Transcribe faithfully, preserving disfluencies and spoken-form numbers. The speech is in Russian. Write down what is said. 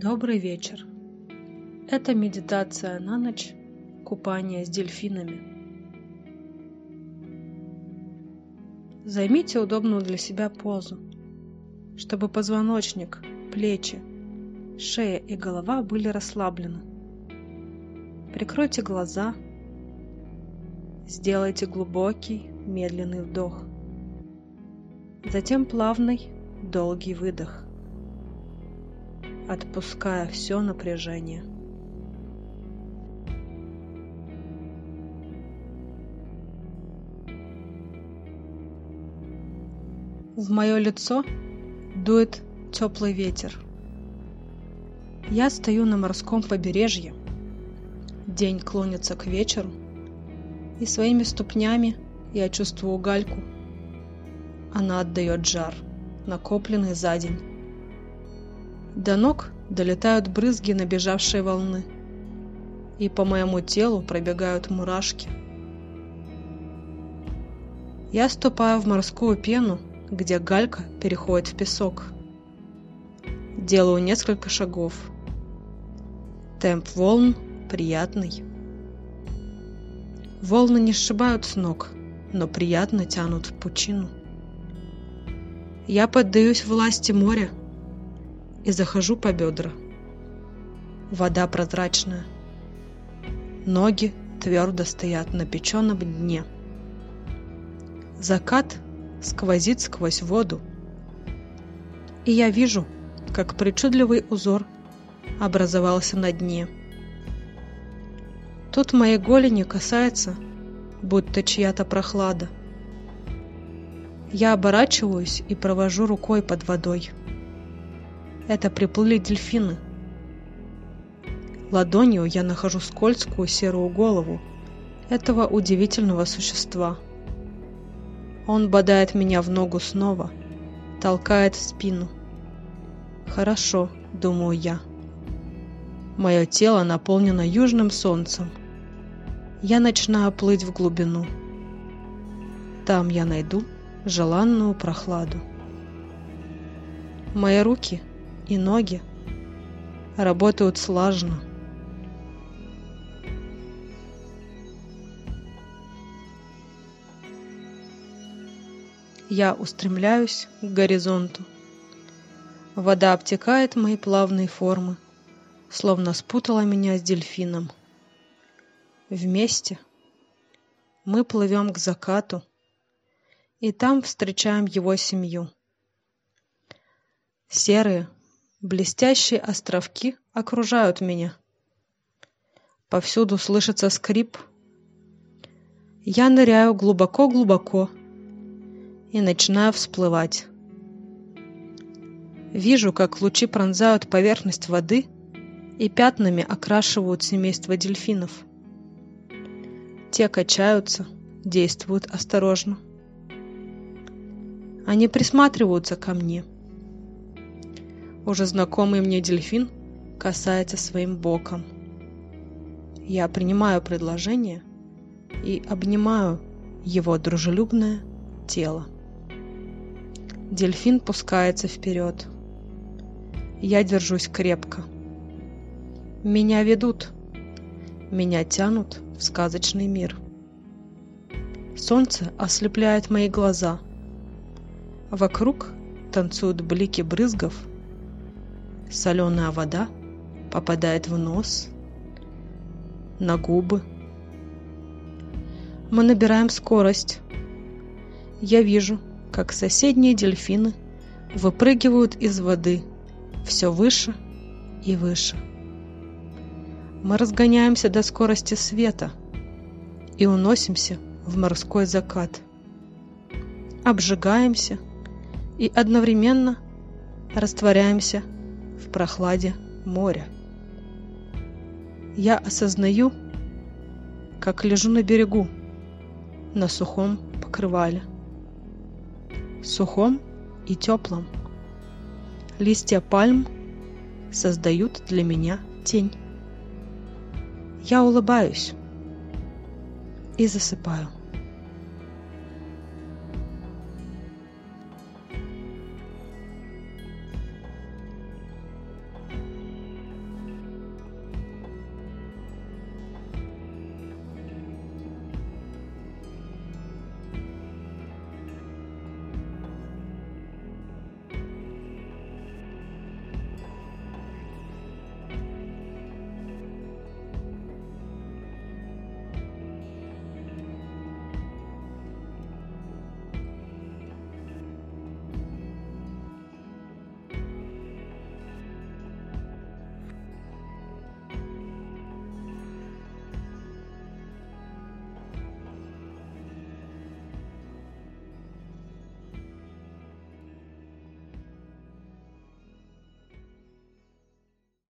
Добрый вечер. Это медитация на ночь, купание с дельфинами. Займите удобную для себя позу, чтобы позвоночник, плечи, шея и голова были расслаблены. Прикройте глаза, сделайте глубокий, медленный вдох, затем плавный, долгий выдох, отпуская все напряжение. В мое лицо дует теплый ветер. Я стою на морском побережье. День клонится к вечеру, и своими ступнями я чувствую гальку. Она отдает жар, накопленный за день. До ног долетают брызги набежавшей волны, и по моему телу пробегают мурашки. Я ступаю в морскую пену, где галька переходит в песок. Делаю несколько шагов. Темп волн приятный. Волны не сшибают с ног, но приятно тянут в пучину. Я поддаюсь власти моря и захожу по бедра. Вода прозрачная. Ноги твердо стоят на печеном дне. Закат сквозит сквозь воду, и я вижу, как причудливый узор образовался на дне. Тут моей голени касается, будто чья-то прохлада. Я оборачиваюсь и провожу рукой под водой. Это приплыли дельфины. Ладонью я нахожу скользкую серую голову этого удивительного существа. Он бодает меня в ногу снова, толкает в спину. Хорошо, думаю я. Мое тело наполнено южным солнцем. Я начинаю плыть в глубину. Там я найду желанную прохладу. Мои руки и ноги работают слаженно. Я устремляюсь к горизонту. Вода обтекает мои плавные формы, словно спутала меня с дельфином. Вместе мы плывем к закату, и там встречаем его семью. Серые, блестящие островки окружают меня. Повсюду слышится скрип. Я ныряю глубоко-глубоко и начинаю всплывать. Вижу, как лучи пронзают поверхность воды и пятнами окрашивают семейство дельфинов. Те качаются, действуют осторожно. Они присматриваются ко мне. Уже знакомый мне дельфин касается своим боком. Я принимаю предложение и обнимаю его дружелюбное тело. Дельфин пускается вперед. Я держусь крепко. Меня ведут. Меня тянут в сказочный мир. Солнце ослепляет мои глаза. Вокруг танцуют блики брызгов. Соленая вода попадает в нос, на губы. Мы набираем скорость. Я вижу, как соседние дельфины выпрыгивают из воды все выше и выше. Мы разгоняемся до скорости света и уносимся в морской закат. Обжигаемся и одновременно растворяемся в прохладе моря. Я осознаю, как лежу на берегу, на сухом покрывале. Сухом и теплом. Листья пальм создают для меня тень. Я улыбаюсь и засыпаю.